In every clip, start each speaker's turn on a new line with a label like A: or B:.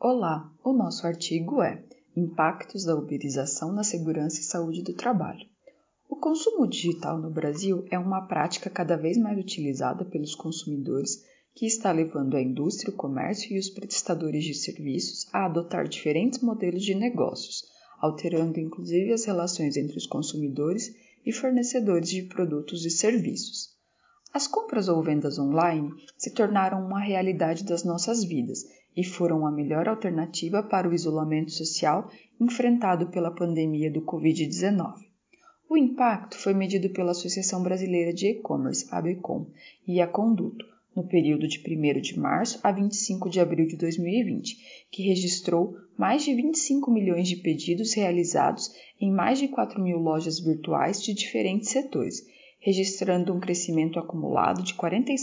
A: Olá, o nosso artigo é Impactos da uberização na segurança e saúde do trabalho. O consumo digital no Brasil é uma prática cada vez mais utilizada pelos consumidores que está levando a indústria, o comércio e os prestadores de serviços a adotar diferentes modelos de negócios, alterando inclusive as relações entre os consumidores e fornecedores de produtos e serviços. As compras ou vendas online se tornaram uma realidade das nossas vidas e foram a melhor alternativa para o isolamento social enfrentado pela pandemia do Covid-19. O impacto foi medido pela Associação Brasileira de E-Commerce, ABECOM, e a Conduto, no período de 1º de março a 25 de abril de 2020, que registrou mais de 25 milhões de pedidos realizados em mais de 4 mil lojas virtuais de diferentes setores, registrando um crescimento acumulado de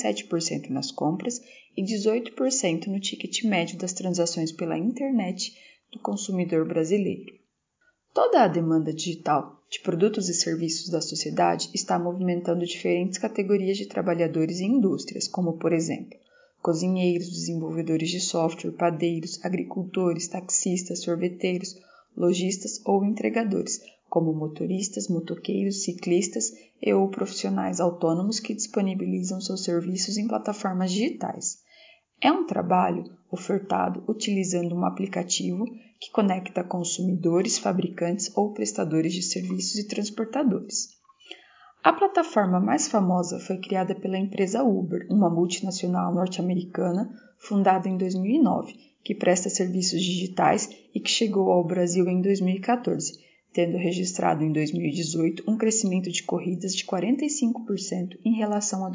A: 47% nas compras e 18% no ticket médio das transações pela internet do consumidor brasileiro. Toda a demanda digital de produtos e serviços da sociedade está movimentando diferentes categorias de trabalhadores e indústrias, como, por exemplo, cozinheiros, desenvolvedores de software, padeiros, agricultores, taxistas, sorveteiros, lojistas ou entregadores, como motoristas, motoqueiros, ciclistas e ou profissionais autônomos que disponibilizam seus serviços em plataformas digitais. É um trabalho ofertado utilizando um aplicativo que conecta consumidores, fabricantes ou prestadores de serviços e transportadores. A plataforma mais famosa foi criada pela empresa Uber, uma multinacional norte-americana fundada em 2009, que presta serviços digitais e que chegou ao Brasil em 2014, tendo registrado em 2018 um crescimento de corridas de 45% em relação a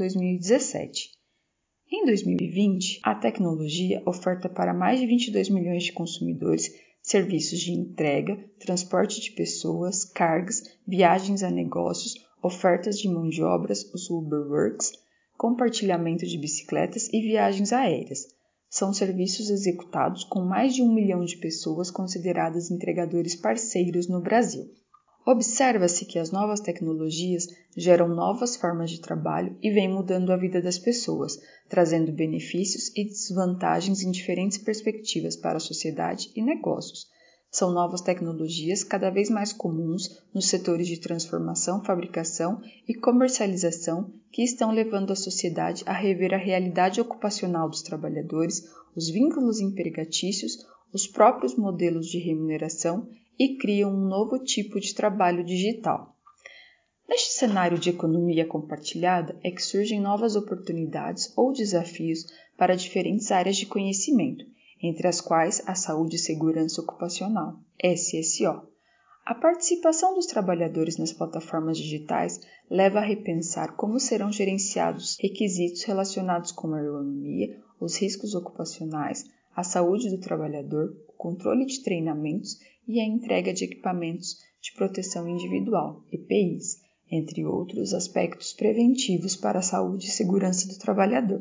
A: 2017. Em 2020, a tecnologia oferta para mais de 22 milhões de consumidores serviços de entrega, transporte de pessoas, cargas, viagens a negócios, ofertas de mão de obras, os Uberworks, compartilhamento de bicicletas e viagens aéreas. São serviços executados com mais de 1 milhão de pessoas consideradas entregadores parceiros no Brasil. Observa-se que as novas tecnologias geram novas formas de trabalho e vêm mudando a vida das pessoas, trazendo benefícios e desvantagens em diferentes perspectivas para a sociedade e negócios. São novas tecnologias cada vez mais comuns nos setores de transformação, fabricação e comercialização que estão levando a sociedade a rever a realidade ocupacional dos trabalhadores, os vínculos empregatícios, os próprios modelos de remuneração e criam um novo tipo de trabalho digital. Neste cenário de economia compartilhada é que surgem novas oportunidades ou desafios para diferentes áreas de conhecimento, entre as quais a saúde e segurança ocupacional, SSO. A participação dos trabalhadores nas plataformas digitais leva a repensar como serão gerenciados requisitos relacionados com a ergonomia, os riscos ocupacionais, a saúde do trabalhador, o controle de treinamentos e a entrega de equipamentos de proteção individual, EPIs, entre outros aspectos preventivos para a saúde e segurança do trabalhador.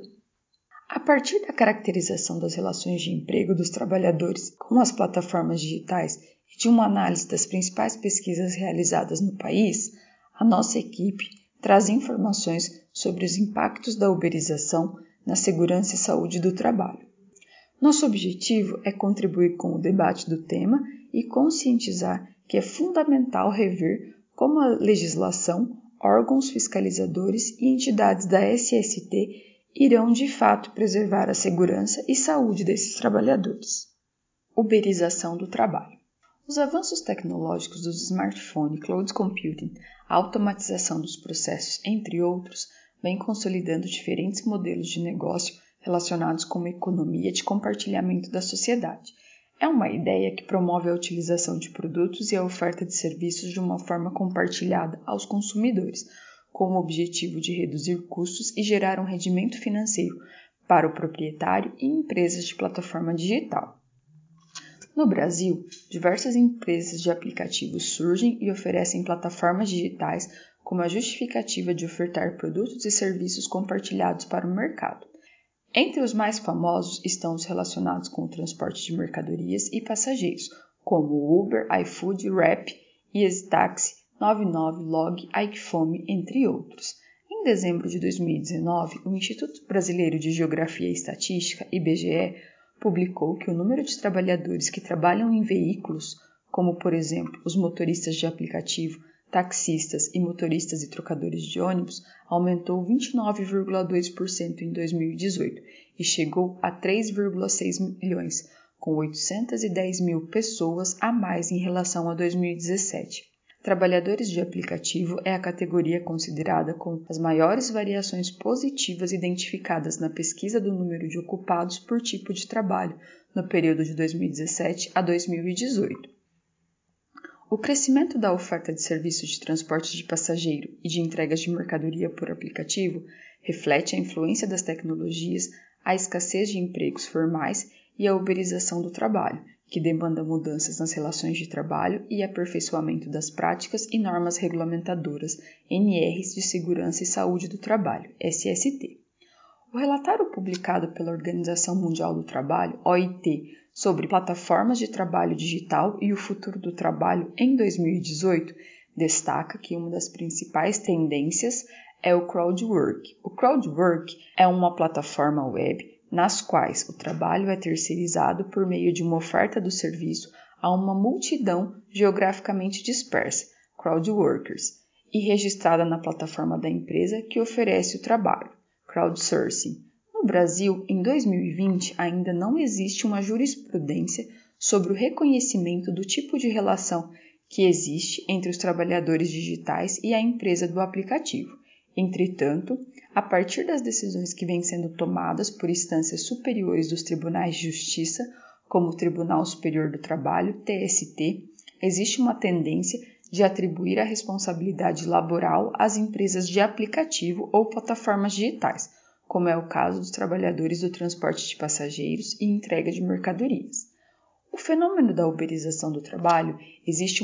A: A partir da caracterização das relações de emprego dos trabalhadores com as plataformas digitais e de uma análise das principais pesquisas realizadas no país, a nossa equipe traz informações sobre os impactos da uberização na segurança e saúde do trabalho. Nosso objetivo é contribuir com o debate do tema e conscientizar que é fundamental rever como a legislação, órgãos fiscalizadores e entidades da SST irão de fato preservar a segurança e saúde desses trabalhadores. Uberização do trabalho. Os avanços tecnológicos dos smartphones, cloud computing, a automatização dos processos, entre outros, vêm consolidando diferentes modelos de negócio relacionados com uma economia de compartilhamento da sociedade. É uma ideia que promove a utilização de produtos e a oferta de serviços de uma forma compartilhada aos consumidores, com o objetivo de reduzir custos e gerar um rendimento financeiro para o proprietário e empresas de plataforma digital. No Brasil, diversas empresas de aplicativos surgem e oferecem plataformas digitais como a justificativa de ofertar produtos e serviços compartilhados para o mercado. Entre os mais famosos estão os relacionados com o transporte de mercadorias e passageiros, como Uber, iFood, Rappi, EasyTaxi, 99Log, iQfome, entre outros. Em dezembro de 2019, o Instituto Brasileiro de Geografia e Estatística, IBGE, publicou que o número de trabalhadores que trabalham em veículos, como por exemplo os motoristas de aplicativo, taxistas e motoristas e trocadores de ônibus, aumentou 29,2% em 2018 e chegou a 3,6 milhões, com 810 mil pessoas a mais em relação a 2017. Trabalhadores de aplicativo é a categoria considerada com as maiores variações positivas identificadas na pesquisa do número de ocupados por tipo de trabalho no período de 2017 a 2018. O crescimento da oferta de serviços de transporte de passageiro e de entregas de mercadoria por aplicativo reflete a influência das tecnologias, a escassez de empregos formais e a uberização do trabalho, que demanda mudanças nas relações de trabalho e aperfeiçoamento das práticas e normas regulamentadoras NRs de Segurança e Saúde do Trabalho, SST. O relatório publicado pela Organização Mundial do Trabalho, OIT, sobre plataformas de trabalho digital e o futuro do trabalho em 2018, destaca que uma das principais tendências é o crowdwork. O crowdwork é uma plataforma web nas quais o trabalho é terceirizado por meio de uma oferta do serviço a uma multidão geograficamente dispersa, crowdworkers, e registrada na plataforma da empresa que oferece o trabalho, crowdsourcing. No Brasil, em 2020, ainda não existe uma jurisprudência sobre o reconhecimento do tipo de relação que existe entre os trabalhadores digitais e a empresa do aplicativo. Entretanto, a partir das decisões que vêm sendo tomadas por instâncias superiores dos tribunais de justiça, como o Tribunal Superior do Trabalho, TST, existe uma tendência de atribuir a responsabilidade laboral às empresas de aplicativo ou plataformas digitais, como é o caso dos trabalhadores do transporte de passageiros e entrega de mercadorias. O fenômeno da uberização do trabalho exige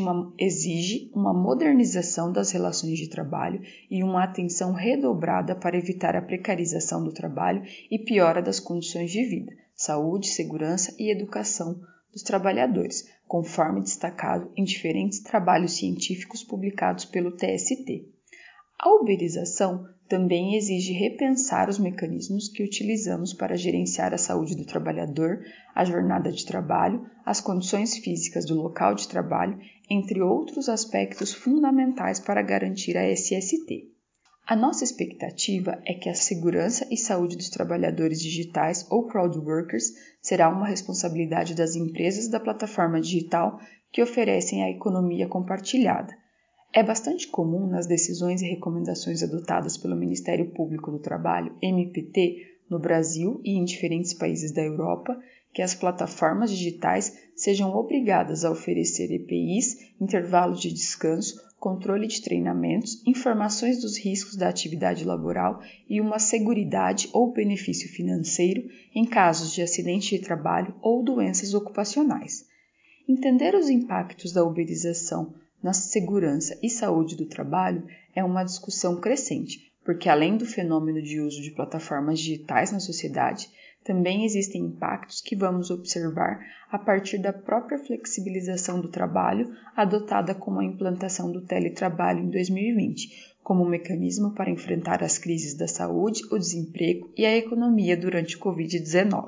A: uma modernização das relações de trabalho e uma atenção redobrada para evitar a precarização do trabalho e piora das condições de vida, saúde, segurança e educação dos trabalhadores, conforme destacado em diferentes trabalhos científicos publicados pelo TST. A uberização também exige repensar os mecanismos que utilizamos para gerenciar a saúde do trabalhador, a jornada de trabalho, as condições físicas do local de trabalho, entre outros aspectos fundamentais para garantir a SST. A nossa expectativa é que a segurança e saúde dos trabalhadores digitais ou crowdworkers será uma responsabilidade das empresas da plataforma digital que oferecem a economia compartilhada. É bastante comum nas decisões e recomendações adotadas pelo Ministério Público do Trabalho, MPT, no Brasil e em diferentes países da Europa, que as plataformas digitais sejam obrigadas a oferecer EPIs, intervalos de descanso, controle de treinamentos, informações dos riscos da atividade laboral e uma seguridade ou benefício financeiro em casos de acidente de trabalho ou doenças ocupacionais. Entender os impactos da uberização na segurança e saúde do trabalho é uma discussão crescente, porque além do fenômeno de uso de plataformas digitais na sociedade, também existem impactos que vamos observar a partir da própria flexibilização do trabalho adotada com a implantação do teletrabalho em 2020, como mecanismo para enfrentar as crises da saúde, o desemprego e a economia durante o Covid-19.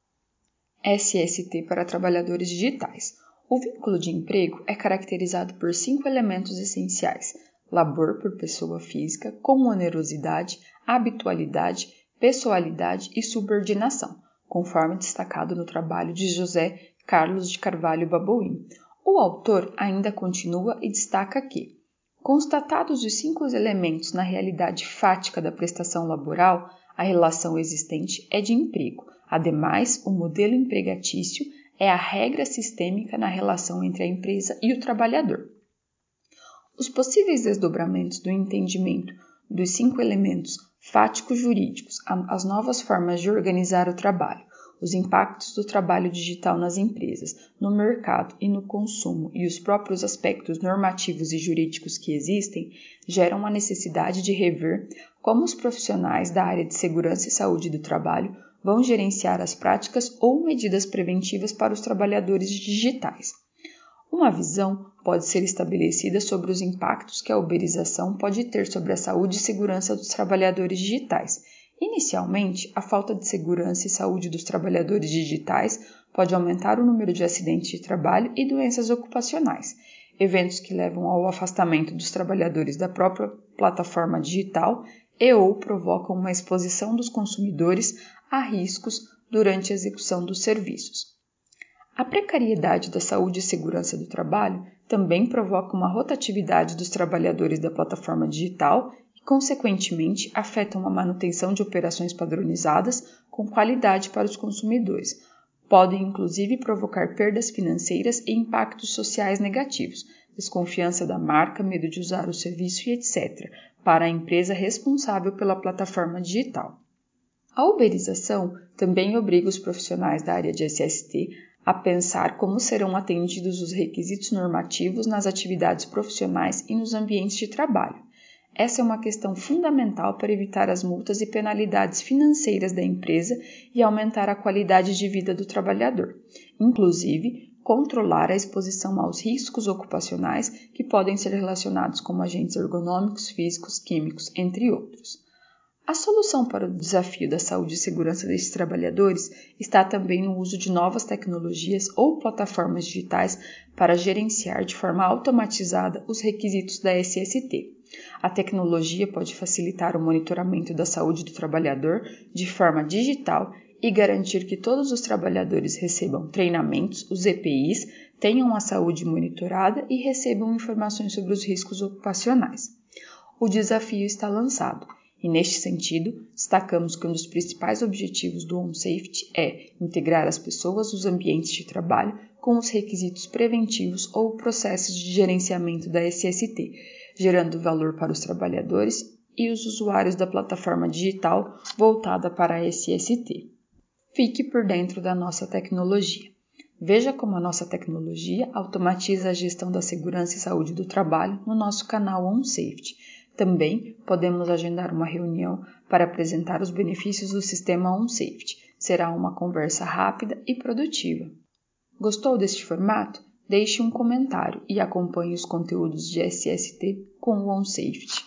A: SST para trabalhadores digitais. O vínculo de emprego é caracterizado por 5 elementos essenciais: labor por pessoa física, com onerosidade, habitualidade, pessoalidade e subordinação, conforme destacado no trabalho de José Carlos de Carvalho Baboim. O autor ainda continua e destaca que, constatados os 5 elementos na realidade fática da prestação laboral, a relação existente é de emprego. Ademais, o modelo empregatício é a regra sistêmica na relação entre a empresa e o trabalhador. Os possíveis desdobramentos do entendimento dos 5 elementos fático-jurídicos, as novas formas de organizar o trabalho, os impactos do trabalho digital nas empresas, no mercado e no consumo e os próprios aspectos normativos e jurídicos que existem, geram a necessidade de rever como os profissionais da área de segurança e saúde do trabalho vão gerenciar as práticas ou medidas preventivas para os trabalhadores digitais. Uma visão pode ser estabelecida sobre os impactos que a uberização pode ter sobre a saúde e segurança dos trabalhadores digitais, Inicialmente, a falta de segurança e saúde dos trabalhadores digitais pode aumentar o número de acidentes de trabalho e doenças ocupacionais, eventos que levam ao afastamento dos trabalhadores da própria plataforma digital ou provocam uma exposição dos consumidores a riscos durante a execução dos serviços. A precariedade da saúde e segurança do trabalho também provoca uma rotatividade dos trabalhadores da plataforma digital e, consequentemente, afetam a manutenção de operações padronizadas com qualidade para os consumidores. Podem, inclusive, provocar perdas financeiras e impactos sociais negativos, desconfiança da marca, medo de usar o serviço e etc., para a empresa responsável pela plataforma digital. A uberização também obriga os profissionais da área de SST a pensar como serão atendidos os requisitos normativos nas atividades profissionais e nos ambientes de trabalho. Essa é uma questão fundamental para evitar as multas e penalidades financeiras da empresa e aumentar a qualidade de vida do trabalhador, inclusive controlar a exposição aos riscos ocupacionais que podem ser relacionados com agentes ergonômicos, físicos, químicos, entre outros. A solução para o desafio da saúde e segurança desses trabalhadores está também no uso de novas tecnologias ou plataformas digitais para gerenciar de forma automatizada os requisitos da SST. A tecnologia pode facilitar o monitoramento da saúde do trabalhador de forma digital e garantir que todos os trabalhadores recebam treinamentos, os EPIs, tenham a saúde monitorada e recebam informações sobre os riscos ocupacionais. O desafio está lançado. E, neste sentido, destacamos que um dos principais objetivos do OnSafety é integrar as pessoas dos ambientes de trabalho com os requisitos preventivos ou processos de gerenciamento da SST, gerando valor para os trabalhadores e os usuários da plataforma digital voltada para a SST. Fique por dentro da nossa tecnologia. Veja como a nossa tecnologia automatiza a gestão da segurança e saúde do trabalho no nosso canal OnSafety. Também podemos agendar uma reunião para apresentar os benefícios do sistema OnSafety. Será uma conversa rápida e produtiva. Gostou deste formato? Deixe um comentário e acompanhe os conteúdos de SST com o OnSafety.